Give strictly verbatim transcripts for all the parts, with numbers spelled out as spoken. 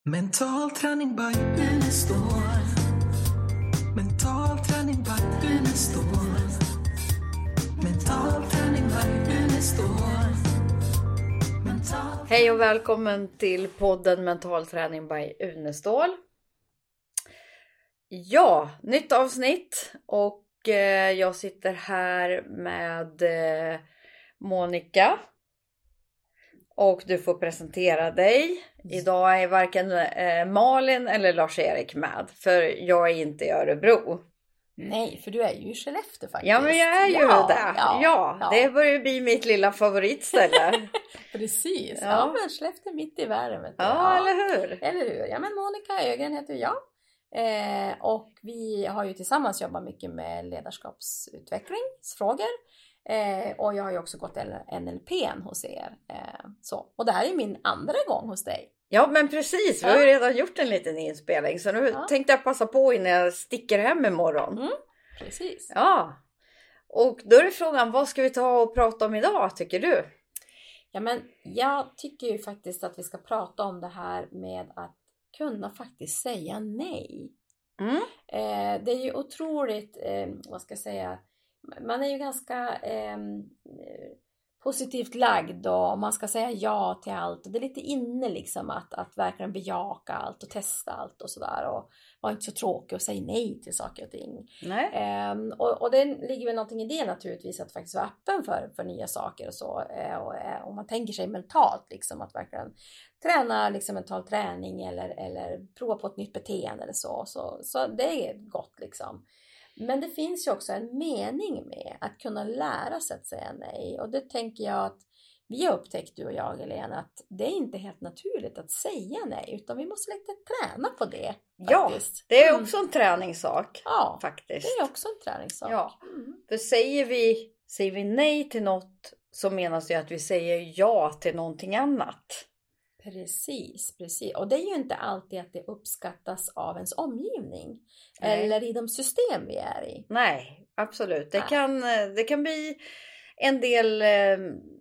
Mental träning by Unestål. Mental träning by Unestål. Mental träning by Unestål. Mental... Hej och välkommen till podden Mental träning by Unestål. Ja, nytt avsnitt och eh, jag sitter här med eh, Monica. Och du får presentera dig. Idag är varken eh, Malin eller Lars-Erik med. För jag är inte i Örebro. Nej, för du är ju i Skellefteå faktiskt. Ja, men jag är ju ja, det. Ja, ja, ja, det börjar bli mitt lilla favoritställe. Precis. Ja, Ja. men Skellefteå mitt i världen. Vet du. Ja, eller hur? Eller hur? Ja, men Monica Ögren heter jag. Eh, och vi har ju tillsammans jobbat mycket med ledarskapsutvecklingsfrågor. Eh, och jag har ju också gått N L P hos er. Eh, så. Och det här är min andra gång hos dig. Ja, men precis. Vi har ju redan gjort en liten inspelning. Så nu Ja. tänkte jag passa på innan jag sticker hem imorgon. Mm, precis. Ja. Och då är frågan, vad ska vi ta och prata om idag, tycker du? Ja, men jag tycker ju faktiskt att vi ska prata om det här med att kunna faktiskt säga nej. Mm. Eh, det är ju otroligt, eh, vad ska jag säga, man är ju ganska eh, positivt lagd och man ska säga ja till allt. Och det är lite inne liksom att, att verkligen bejaka allt och testa allt och sådär. Och vara inte så tråkig och säga nej till saker och ting. Nej. Eh, och, och det ligger väl någonting i det naturligtvis, att faktiskt vara öppen för, för nya saker och så. Eh, och, eh, och man tänker sig mentalt liksom att verkligen träna liksom mental träning eller, eller prova på ett nytt beteende eller så. Så, så det är gott liksom. Men det finns ju också en mening med att kunna lära sig att säga nej. Och det tänker jag att vi har upptäckt, du och jag, Helena, att det är inte helt naturligt att säga nej. Utan vi måste lite träna på det. Faktiskt. Ja, det är Mm. också en träningssak. Ja, faktiskt. det är också en träningssak. Ja, Mm. för säger vi, säger vi nej till något så menas det att vi säger ja till någonting annat. Precis, precis. Och det är ju inte alltid att det uppskattas av ens omgivning. Nej. Eller i de system vi är i. Nej, absolut. Det, Nej. kan, det kan bli en del eh,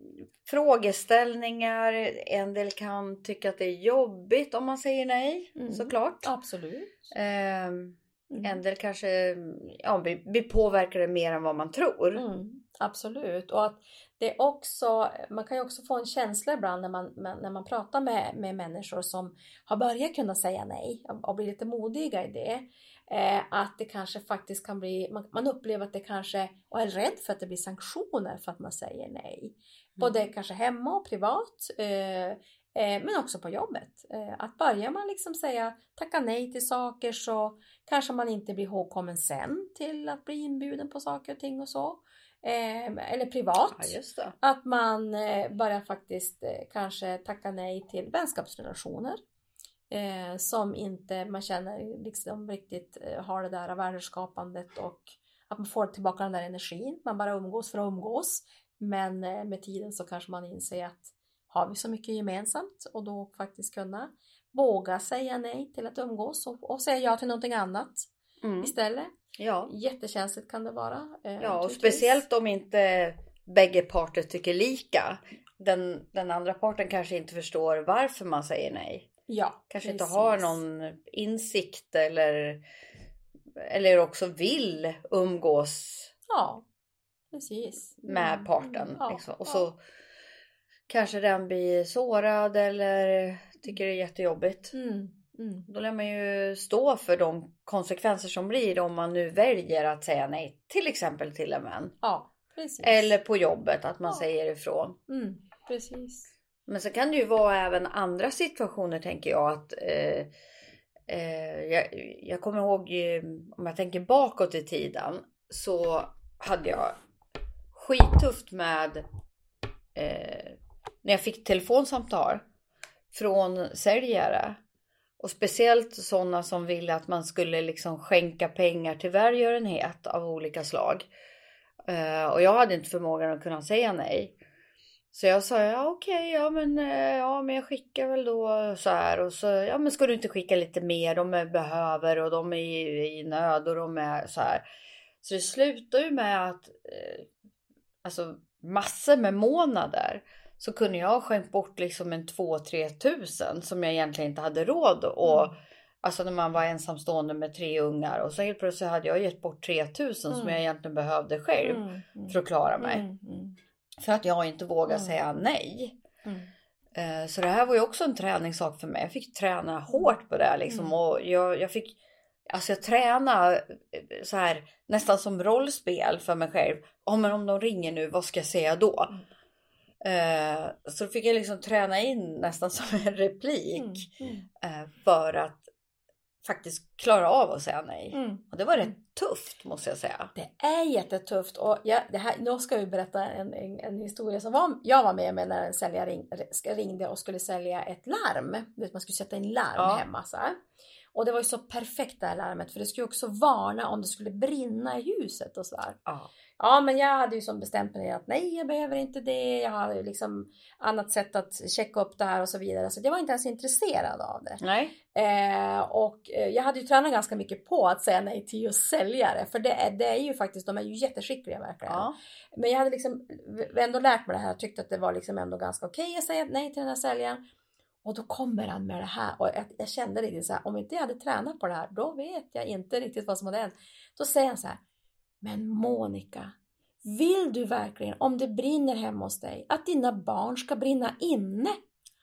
frågeställningar. En del kan tycka att det är jobbigt om man säger nej, Mm. såklart. Absolut. Eh, Mm. En del kanske ja, blir, blir påverkade mer än vad man tror. Mm, absolut. Och att det också, man kan ju också få en känsla ibland när man, när man pratar med, med människor som har börjat kunna säga nej och, och blir lite modiga i det. Eh, att det kanske faktiskt kan bli, man, man upplever att det kanske, och är rädd för att det blir sanktioner för att man säger nej. Mm. Både kanske hemma och privat. Eh, Eh, men också på jobbet. Eh, att börjar man liksom säga tacka nej till saker, så kanske man inte blir ihågkommen sen till att bli inbjuden på saker och ting och så. Eh, eller privat. Ja, just det. Att man eh, börjar faktiskt eh, kanske tacka nej till vänskapsrelationer. Eh, som inte man känner liksom riktigt eh, har det där värdeskapandet, och att man får tillbaka den där energin. Man bara umgås för att umgås. Men eh, med tiden så kanske man inser att har vi så mycket gemensamt, och då faktiskt kunna våga säga nej till att umgås och, och säga ja till någonting annat Mm. istället. Ja. Jättekänsligt kan det vara. Eh, Ja, och speciellt om inte bägge parter tycker lika. Den, den andra parten kanske inte förstår varför man säger nej. Ja, Kanske precis. inte har någon insikt eller, eller också vill umgås Ja, precis. med Mm. parten. Ja, Liksom. Och ja. så kanske den blir sårad eller tycker det är jättejobbigt. Mm. Mm. Då lär man ju stå för de konsekvenser som blir om man nu väljer att säga nej. Till exempel till en vän. Ja, precis. Eller på jobbet att man Ja. säger ifrån. Mm. Precis. Men så kan det ju vara även andra situationer, tänker jag. Att eh, eh, jag, jag kommer ihåg, eh, om jag tänker bakåt i tiden, så hade jag skittufft med eh, när jag fick telefonsamtal från säljare. Och speciellt sådana som ville att man skulle liksom skänka pengar till välgörenhet av olika slag. Uh, och jag hade inte förmågan att kunna säga nej. Så jag sa, ja okej, okay, ja, men, uh, ja men jag skickar väl då så här. Och så, ja men ska du inte skicka lite mer? De är behöver och de är i, i nöd och de är så här. Så det slutar ju med att uh, alltså massor med månader så kunde jag ha skänkt bort liksom en två tre tusen som jag egentligen inte hade råd. Och mm. alltså när man var ensamstående med tre ungar. Och så helt plötsligt hade jag gett bort tre tusen mm. som jag egentligen behövde själv mm. Mm. för att klara mig. Mm. Mm. För att jag inte vågade mm. säga nej. Mm. Så det här var ju också en träningssak för mig. Jag fick träna hårt på det liksom. Mm. Och jag, jag fick... Alltså jag tränar så här nästan som rollspel för mig själv. Oh, men om de ringer nu, vad ska jag säga då? Mm. Uh, så fick jag liksom träna in nästan som en replik. Mm. Mm. Uh, för att faktiskt klara av att säga nej. Mm. Och det var rätt tufft måste jag säga. Det är jättetufft. Och jag, det här, nu ska vi berätta en, en, en historia som var, jag var med, med när en säljare ring, ringde och skulle sälja ett larm. Man skulle sätta in larm ja. hemma så här. Och det var ju så perfekt det här larmet. För det skulle också varna om det skulle brinna i huset och sådär. Ja. Ja, men jag hade ju som bestämt mig att nej, jag behöver inte det. Jag har ju liksom annat sätt att checka upp det här och så vidare. Så jag var inte ens intresserad av det. Nej. Eh, och jag hade ju tränat ganska mycket på att säga nej till just säljare. För det är, det är ju faktiskt, de är ju jätteskickliga verkligen. Ja. Men jag hade liksom ändå lärt mig det här. Jag tyckte att det var liksom ändå ganska okej okay att säga nej till den här säljaren. Och då kommer han med det här. Och jag, jag kände riktigt så här. Om inte jag hade tränat på det här. Då vet jag inte riktigt vad som hade hänt. Då säger han så här. Men Monica. Vill du verkligen. Om det brinner hemma hos dig. Att dina barn ska brinna inne.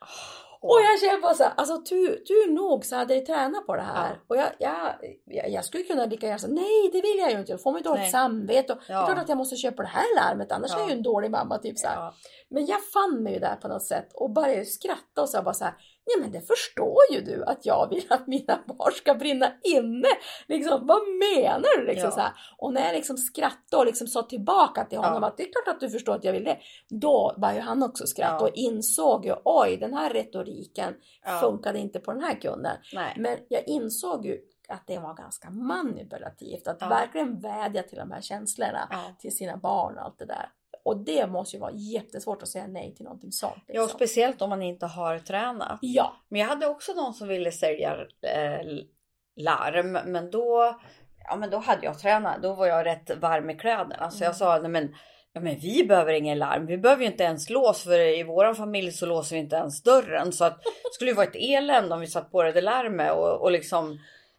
Oh. Och jag känner bara så här. Alltså tur, tur nog så hade jag tränat på det här. Ja. Och jag, jag, jag, jag skulle kunna lika gärna säga. Nej det vill jag ju inte. Jag får mig dåligt samvete. Och ja. Det är klart att jag måste köpa det här larmet. Annars ja. är jag ju en dålig mamma. Typ så här. Ja. Men jag fann mig ju där på något sätt. Och började skratta och så bara så här. Nej men det förstår ju du att jag vill att mina barn ska brinna inne. Liksom, vad menar du? Liksom, ja. så här. Och när jag liksom skrattade och liksom sa tillbaka till honom ja. att det är klart att du förstår att jag vill det. Då var ju han också skratt ja. och insåg ju, oj den här retoriken ja. funkade inte på den här kunden. Nej. Men jag insåg ju att det var ganska manipulativt. Att ja. verkligen vädja till de här känslorna ja. till sina barn och allt det där. Och det måste ju vara jättesvårt att säga nej till någonting sånt. Liksom. Ja, speciellt om man inte har tränat. Ja. Men jag hade också någon som ville sälja eh, larm. Men då, ja, men då hade jag tränat. Då var jag rätt varm i kläderna. Så mm. jag sa, nej men, ja, men vi behöver ingen larm. Vi behöver ju inte ens lås. För i vår familj så låser vi inte ens dörren. Så att, det skulle ju vara ett elände om vi satt på det där larmet. Och, och liksom...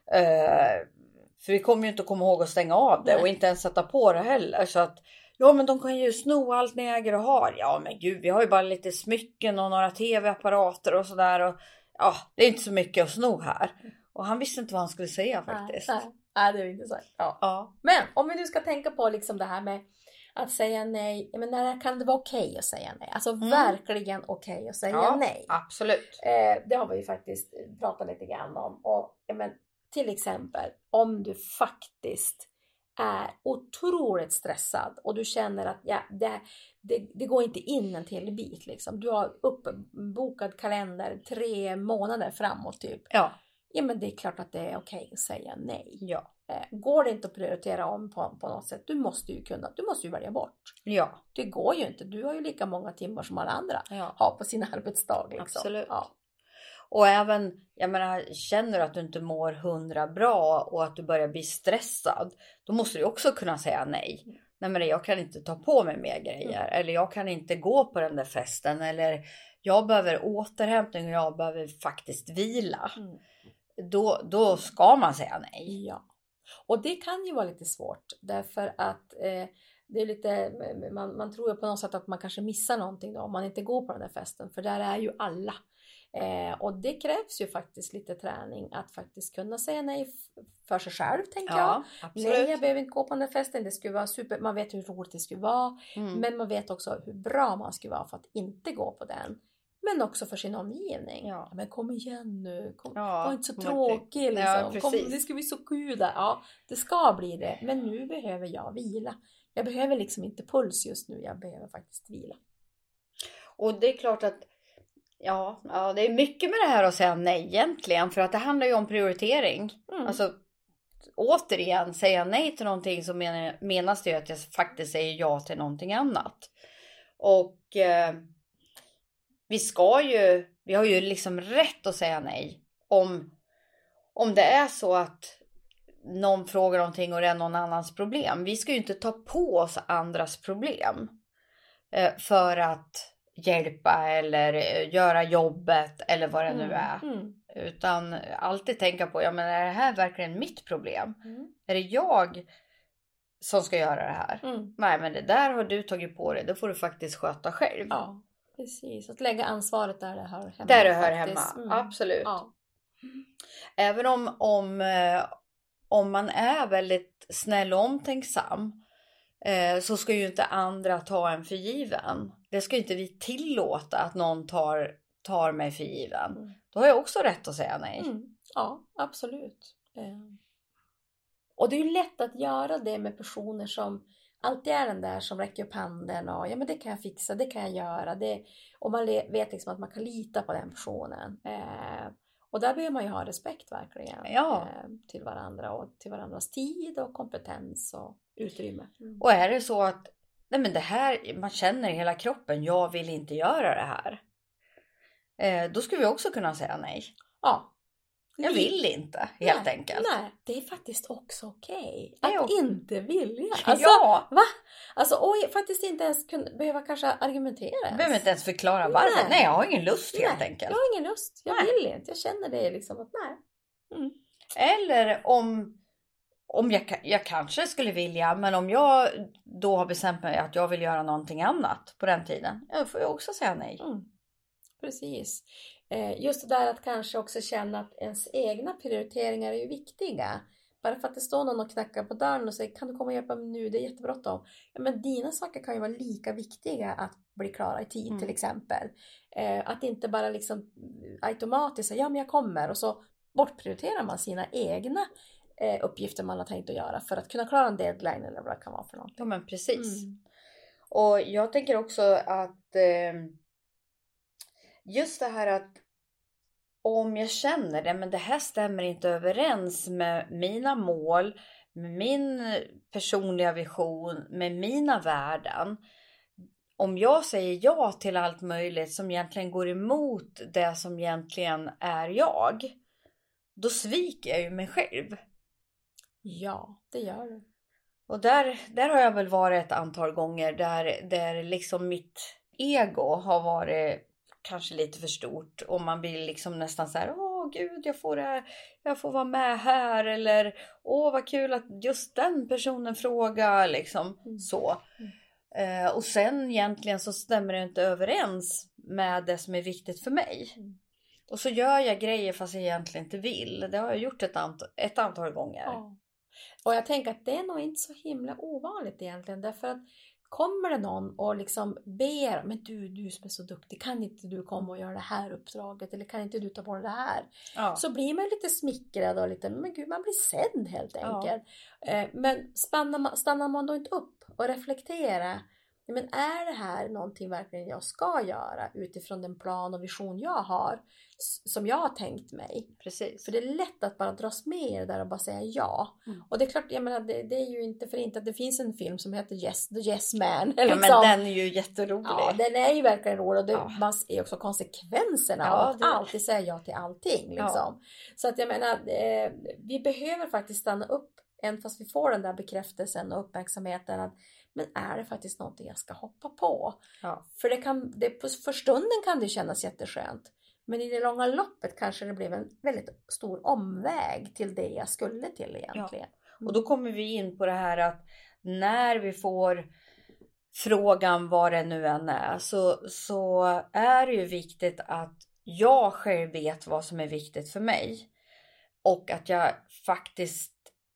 Eh, för vi kommer ju inte att komma ihåg att stänga av det. Nej. Och inte ens sätta på det heller. Så att... Ja men de kan ju sno allt ni äger och har. Ja men gud vi har ju bara lite smycken och några tv-apparater och sådär. Och ja det är inte så mycket att sno här. Och han visste inte vad han skulle säga faktiskt. Nej, nej det är inte så. Ja. Ja. Men om vi nu ska tänka på liksom det här med att säga nej. Men när kan det vara okej okay att säga nej? Alltså mm. verkligen okej okay att säga ja, nej. Absolut. Eh, det har vi ju faktiskt pratat lite grann om. Och men, till exempel om du faktiskt är otroligt stressad och du känner att ja, det, det, det går inte in en till bit liksom. Du har uppbokad kalender tre månader framåt typ. Ja. Ja men det är klart att det är okej att säga nej. Ja. Går det inte att prioritera om på, på något sätt, du måste ju kunna, du måste ju välja bort. Ja. Det går ju inte, du har ju lika många timmar som alla andra ja. har på sin arbetsdag liksom. Absolut. Ja. Och även, jag menar, känner du att du inte mår hundra bra och att du börjar bli stressad, då måste du också kunna säga nej. Mm. Nej men jag kan inte ta på mig mer grejer. Mm. Eller jag kan inte gå på den där festen. Eller jag behöver återhämtning och jag behöver faktiskt vila. Mm. Då, då ska man säga nej. Ja. Och det kan ju vara lite svårt. Därför att eh, det är lite, man, man tror ju på något sätt att man kanske missar någonting då, om man inte går på den där festen. För där är ju alla. Eh, och det krävs ju faktiskt lite träning att faktiskt kunna säga nej för sig själv, tänker ja, jag. Absolut. Nej, jag behöver inte gå på den där festen. Det skulle vara super, man vet hur roligt det skulle vara. Mm. Men man vet också hur bra man skulle vara för att inte gå på den. Men också för sin omgivning. Ja. Men kom igen nu. Kom, ja, var inte så tråkig. Liksom. Ja, kom, det ska bli så kul där. Ja, det ska bli det. Men nu behöver jag vila. Jag behöver liksom inte puls just nu. Jag behöver faktiskt vila. Och det är klart att Ja, ja, det är mycket med det här att säga nej egentligen. För att det handlar ju om prioritering. Mm. Alltså, återigen, säga nej till någonting så men, menas det ju att jag faktiskt säger ja till någonting annat. Och eh, vi ska ju, vi har ju liksom rätt att säga nej. Om, om det är så att någon frågar någonting och det är någon annans problem. Vi ska ju inte ta på oss andras problem. Eh, för att hjälpa eller göra jobbet eller vad det nu Mm, är. mm, Utan alltid tänka på, ja men är det här verkligen mitt problem? mm, Är det jag som ska göra det här? mm. Nej, men det där har du tagit på dig. Det får du faktiskt sköta själv. Ja, precis. Att lägga ansvaret där det hör hemma. Där det hör faktiskt. hemma, Mm. absolut. Ja. Även om, om, eh, om man är väldigt snäll och omtänksam, eh, så ska ju inte andra ta en för given. Det ska ju inte vi tillåta att någon tar, tar mig för given. Mm. Då har jag också rätt att säga nej. Mm. Ja, absolut. Eh. Och det är ju lätt att göra det med personer som alltid är den där som räcker upp handen och ja men det kan jag fixa, det kan jag göra. Det, och man le, vet liksom att man kan lita på den personen. Eh, och där behöver man ju ha respekt verkligen. Ja. Eh, till varandra och till varandras tid och kompetens och utrymme. Mm. Och är det så att nej men det här, man känner i hela kroppen, jag vill inte göra det här. Eh, då skulle vi också kunna säga nej. Ja. Jag vill inte, helt nej, enkelt. Nej, det är faktiskt också okej. Det är Att okej. inte vilja. Alltså, ja, va? Alltså, och faktiskt inte ens kunna, behöva kanske argumentera. jag behöver inte ens förklara varför. Nej, Nej. jag har ingen lust helt nej, enkelt. jag har ingen lust. Jag Nej. vill inte. Jag känner det liksom att nej. Mm. Eller om, om jag, ka- jag kanske skulle vilja, men om jag då har bestämt mig att jag vill göra någonting annat på den tiden, ja, då får jag också säga nej. Mm. Precis. Eh, just det där att kanske också känna att ens egna prioriteringar är ju viktiga. Bara för att det står någon och knackar på dörren och säger kan du komma och hjälpa mig nu, det är jättebråttom. Ja, men dina saker kan ju vara lika viktiga att bli klara i tid Mm. till exempel. Eh, att inte bara liksom automatiskt säga ja men jag kommer och så bortprioriterar man sina egna eh, uppgifter man har tänkt att göra för att kunna klara en deadline eller vad det kan vara för någonting. Ja, men precis. Mm. Och jag tänker också att eh, just det här att om jag känner det, men det här stämmer inte överens med mina mål, med min personliga vision, med mina värden. Om jag säger ja till allt möjligt som egentligen går emot det som egentligen är jag, då sviker jag ju mig själv. Ja, det gör du. Och där, där har jag väl varit ett antal gånger där, där liksom mitt ego har varit kanske lite för stort. Och man blir liksom nästan så här, åh gud jag får det här, jag får vara med här. Eller åh vad kul att just den personen frågar liksom Mm. så. Mm. Eh, och sen egentligen så stämmer det inte överens med det som är viktigt för mig. Mm. Och så gör jag grejer fast jag egentligen inte vill. Det har jag gjort ett antal, ett antal gånger. Ja. Och jag tänker att det är nog inte så himla ovanligt egentligen. Därför att kommer det någon och liksom ber, men du, du som är så duktig, kan inte du komma och göra det här uppdraget? Eller kan inte du ta på det här? Ja. Så blir man lite smickrad och lite, men gud man blir sedd helt Ja. enkelt. Eh, Men stannar man, stannar man då inte upp och reflektera, men är det här någonting verkligen jag ska göra utifrån den plan och vision jag har, s- som jag har tänkt mig? Precis. För det är lätt att bara dras med i det där och bara säga ja. Mm. Och det är klart, jag menar, det, det är ju inte för inte att det finns en film som heter Yes, The Yes Man. Ja, liksom. men den är ju jätterolig. Ja, den är ju verkligen rolig och det Ja. man ser också konsekvenserna Ja, av att det- alltid säga ja till allting. Liksom. Ja. Så att jag menar, eh, vi behöver faktiskt stanna upp, även fast vi får den där bekräftelsen och uppmärksamheten att men är det faktiskt någonting jag ska hoppa på? Ja. För det kan, det, för stunden kan det kännas jätteskönt. Men i det långa loppet kanske det blev en väldigt stor omväg till det jag skulle till egentligen. Och då kommer vi in på det här att när vi får frågan vad det nu än är, så, så är det ju viktigt att jag själv vet vad som är viktigt för mig. Och att jag faktiskt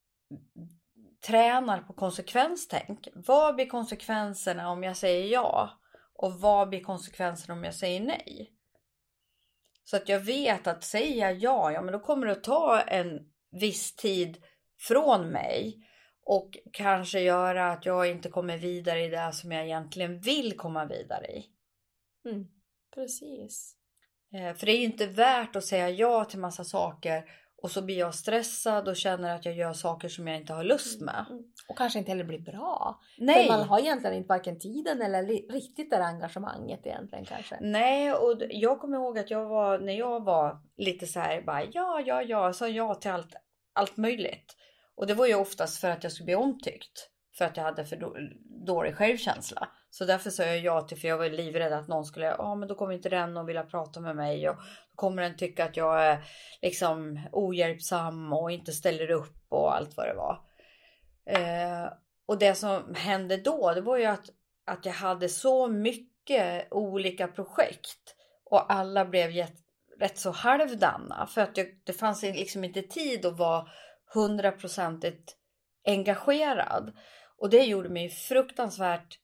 tränar på konsekvenstänk. Vad blir konsekvenserna om jag säger ja? Och vad blir konsekvenserna om jag säger nej? Så att jag vet att säga ja, ja men då kommer det att ta en viss tid från mig. Och kanske göra att jag inte kommer vidare i det som jag egentligen vill komma vidare i. Mm, precis. Eh, För det är ju inte värt att säga ja till massa saker. Och så blir jag stressad och känner att jag gör saker som jag inte har lust med. Mm. Och kanske inte heller blir bra. Nej. För man har egentligen inte varken tiden eller li- riktigt det engagemanget egentligen kanske. Nej, och d- jag kommer ihåg att jag var, när jag var lite så här, bara ja, ja, ja, sa ja till allt, allt möjligt. Och det var ju oftast för att jag skulle bli omtyckt. För att jag hade för då, dålig självkänsla. Så därför sa jag ja till, för jag var livrädd att någon skulle, ja ah, men då kommer inte den och vilja prata med mig. Och då kommer den tycka att jag är liksom ohjälpsam och inte ställer upp och allt vad det var. Eh, och det som hände då, det var ju att, att jag hade så mycket olika projekt. Och alla blev jätt, rätt så halvdana. För att jag, det fanns liksom inte tid att vara hundraprocentigt engagerad. Och det gjorde mig fruktansvärt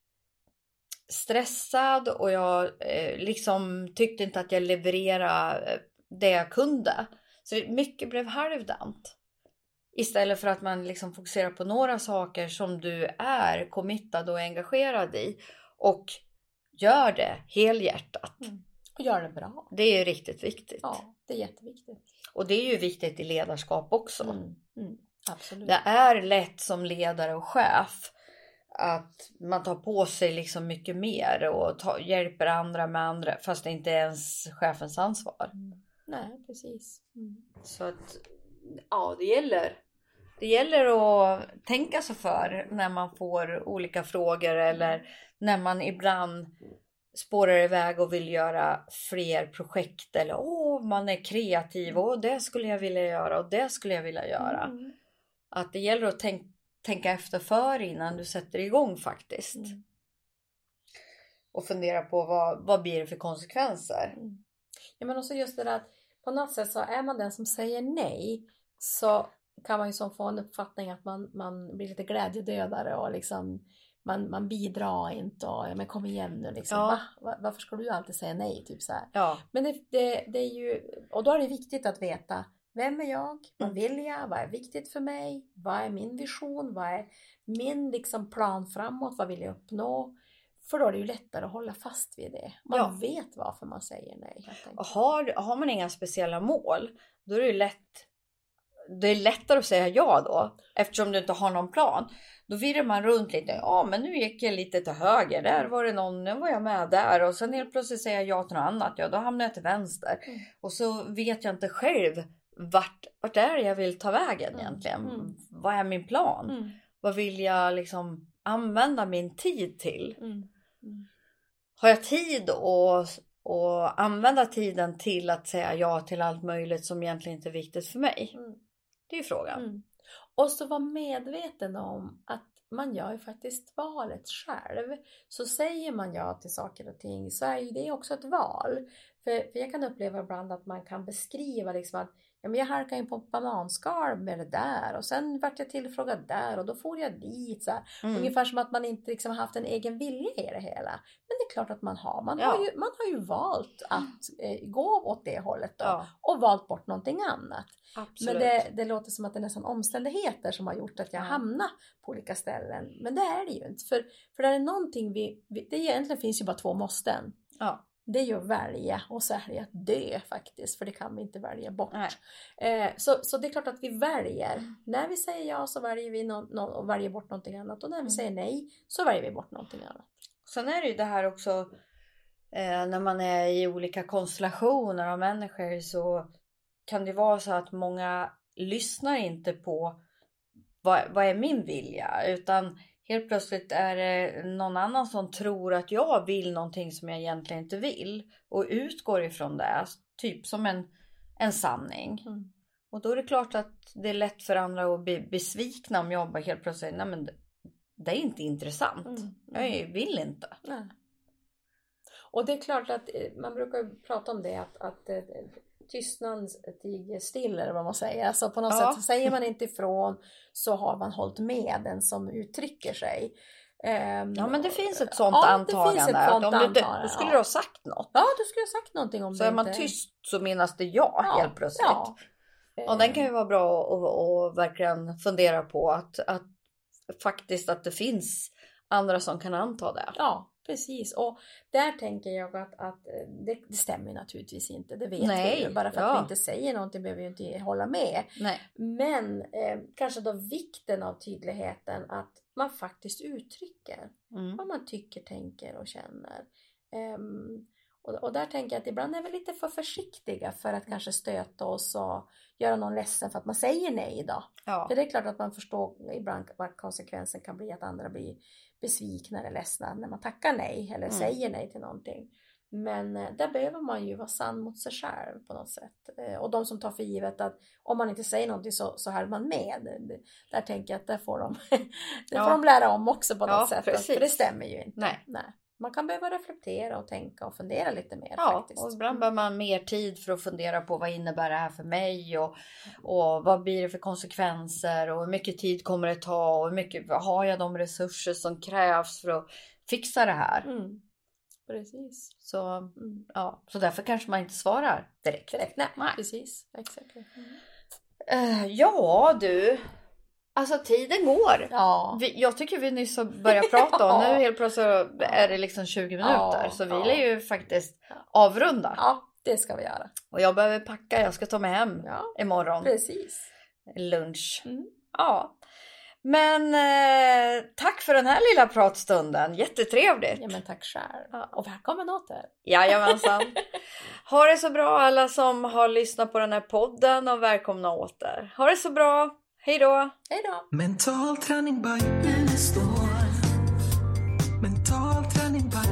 stressad. Och jag eh, liksom tyckte inte att jag levererade det jag kunde. Så mycket blev halvdant. Istället för att man liksom fokuserar på några saker som du är committad och engagerad i. Och gör det helhjärtat. Mm. Och gör det bra. Det är ju riktigt viktigt. Ja, det är jätteviktigt. Och det är ju viktigt i ledarskap också. Mm. Mm. Absolut. Det är lätt som ledare och chef att man tar på sig liksom mycket mer och tar, hjälper andra med andra fast det inte är ens chefens ansvar. Mm. Nej, precis. Mm. Så att ja, det gäller. Det gäller att tänka sig för när man får olika frågor eller när man ibland spårar iväg och vill göra fler projekt eller åh, man är kreativ och det skulle jag vilja göra och det skulle jag vilja göra. Mm. Att det gäller att tänk, tänka efter för innan du sätter igång faktiskt. Mm. Och fundera på vad, vad blir det för konsekvenser. Mm. Ja, men också just det där att på något sätt så är man den som säger nej, så kan man ju som få en uppfattning att man, man blir lite glädjedödare och liksom man, man bidrar inte och ja, men kom igen nu liksom. Ja. Va? Va? Varför ska du alltid säga nej typ så här. Ja. Men det, det, det är ju, och då är det viktigt att veta, vem är jag? Vad vill jag? Vad är viktigt för mig? Vad är min vision? Vad är min liksom plan framåt? Vad vill jag uppnå? För då är det ju lättare att hålla fast vid det. Man Ja. vet varför man säger nej. Helt enkelt. Och har, har man inga speciella mål, då är det ju lätt, det är lättare att säga ja då. Eftersom du inte har någon plan. Då virrar man runt lite. Ja, men nu gick jag lite till höger. Där var det någon, nu var jag med där. Och sen helt plötsligt säger jag ja till något annat. Ja, då hamnar jag till vänster. Mm. Och så vet jag inte själv vart, vart är det jag vill ta vägen Mm. egentligen. Mm. Vad är min plan? Mm. Vad vill jag liksom använda min tid till? Mm. Mm. Har jag tid att, att använda tiden till att säga ja till allt möjligt som egentligen inte är viktigt för mig? Mm. Det är ju frågan. Mm. Och så vara medveten om att man gör ju faktiskt valet själv. Så säger man ja till saker och ting så är ju det också ett val. För, för jag kan uppleva ibland att man kan beskriva liksom att ja, men jag halkade in på ett bananskal med det där. Och sen vart jag tillfrågad där och då får jag dit. Så här. Mm. Ungefär som att man inte liksom haft en egen vilja i det hela. Men det är klart att man har. Man, Ja. har, ju, man har ju valt att eh, gå åt det hållet då. Ja. Och valt bort någonting annat. Absolut. Men det, det låter som att det är nästan omständigheter som har gjort att jag Ja. hamnar på olika ställen. Men det är det ju inte. För, för det är någonting vi, vi... Det egentligen finns ju bara två måsten. Ja. Det är ju att välja och så är det att dö faktiskt. För det kan vi inte välja bort. Nej. Eh, så, så det är klart att vi väljer. När vi säger ja så väljer vi no, no, och väljer bort någonting annat. Och när vi Mm. säger nej så väljer vi bort någonting annat. Sen är det ju det här också eh, när man är i olika konstellationer av människor så kan det vara så att många lyssnar inte på vad, vad är min vilja, utan helt plötsligt är det någon annan som tror att jag vill någonting som jag egentligen inte vill och utgår ifrån det, typ som en, en sanning. Mm. Och då är det klart att det är lätt för andra att bli besvikna om jag bara helt plötsligt, nej men det, det är inte intressant. Mm. Jag vill inte. Nej. Och det är klart att man brukar prata om det att, att tystnaden tiger still eller vad man säger. Alltså på något Ja. sätt så säger man inte ifrån så har man hållit med den som uttrycker sig. Um, Ja, men det finns ett sånt ja, antagande. Det finns ett att sånt om du inte, antagande, då skulle ja. du ha sagt något. Ja, du skulle ha sagt någonting om Så det är man inte... tyst så menas det ja, Ja, helt plötsligt. ja. Och den kan ju vara bra att verkligen fundera på att, att faktiskt att det finns andra som kan anta det. Ja, precis. Och där tänker jag att, att det, det stämmer naturligtvis inte. Det vet Nej, vi ju. Bara för ja. att vi inte säger någonting behöver vi inte hålla med. Nej. Men eh, kanske då vikten av tydligheten att man faktiskt uttrycker Mm. vad man tycker, tänker och känner. Um, Och, och där tänker jag att ibland är vi lite för försiktiga för att kanske stöta oss och göra någon ledsen för att man säger nej då. Ja. För det är klart att man förstår ibland vad konsekvensen kan bli, att andra blir besvikna eller ledsna när man tackar nej eller mm. säger nej till någonting. Men eh, där behöver man ju vara sann mot sig själv på något sätt. Eh, och de som tar för givet att om man inte säger någonting så, så är man med. Där tänker jag att där får de, det ja. får de lära om också på något ja, sätt. Precis. För det stämmer ju inte. Nej. Nej. Man kan behöva reflektera och tänka och fundera lite mer ja, faktiskt. Och ibland behöver man mer tid för att fundera på vad innebär det här för mig och, och vad blir det för konsekvenser och hur mycket tid kommer det ta och hur mycket har jag de resurser som krävs för att fixa det här. Mm. Precis. Så, mm. ja, så därför kanske man inte svarar direkt. direkt. Nej, Nej, precis. Exakt. Mm. Uh, ja, du. Alltså tiden går. Ja. Vi, jag tycker vi nyss har börjat prata och nu helt plötsligt är det liksom tjugo minuter. Ja, så vi ja. vill ju faktiskt avrunda. Ja, det ska vi göra. Och jag behöver packa, jag ska ta mig hem ja. imorgon. Precis. Lunch. Mm. Ja. Men eh, tack för den här lilla pratstunden. Jättetrevligt. Ja, men tack själv. Ja. Och välkommen åter. Jajamensan. Ha det så bra alla som har lyssnat på den här podden och välkomna åter. Ha det så bra. Hej då. Hej då. Mental träning by Unestål. Mental träning by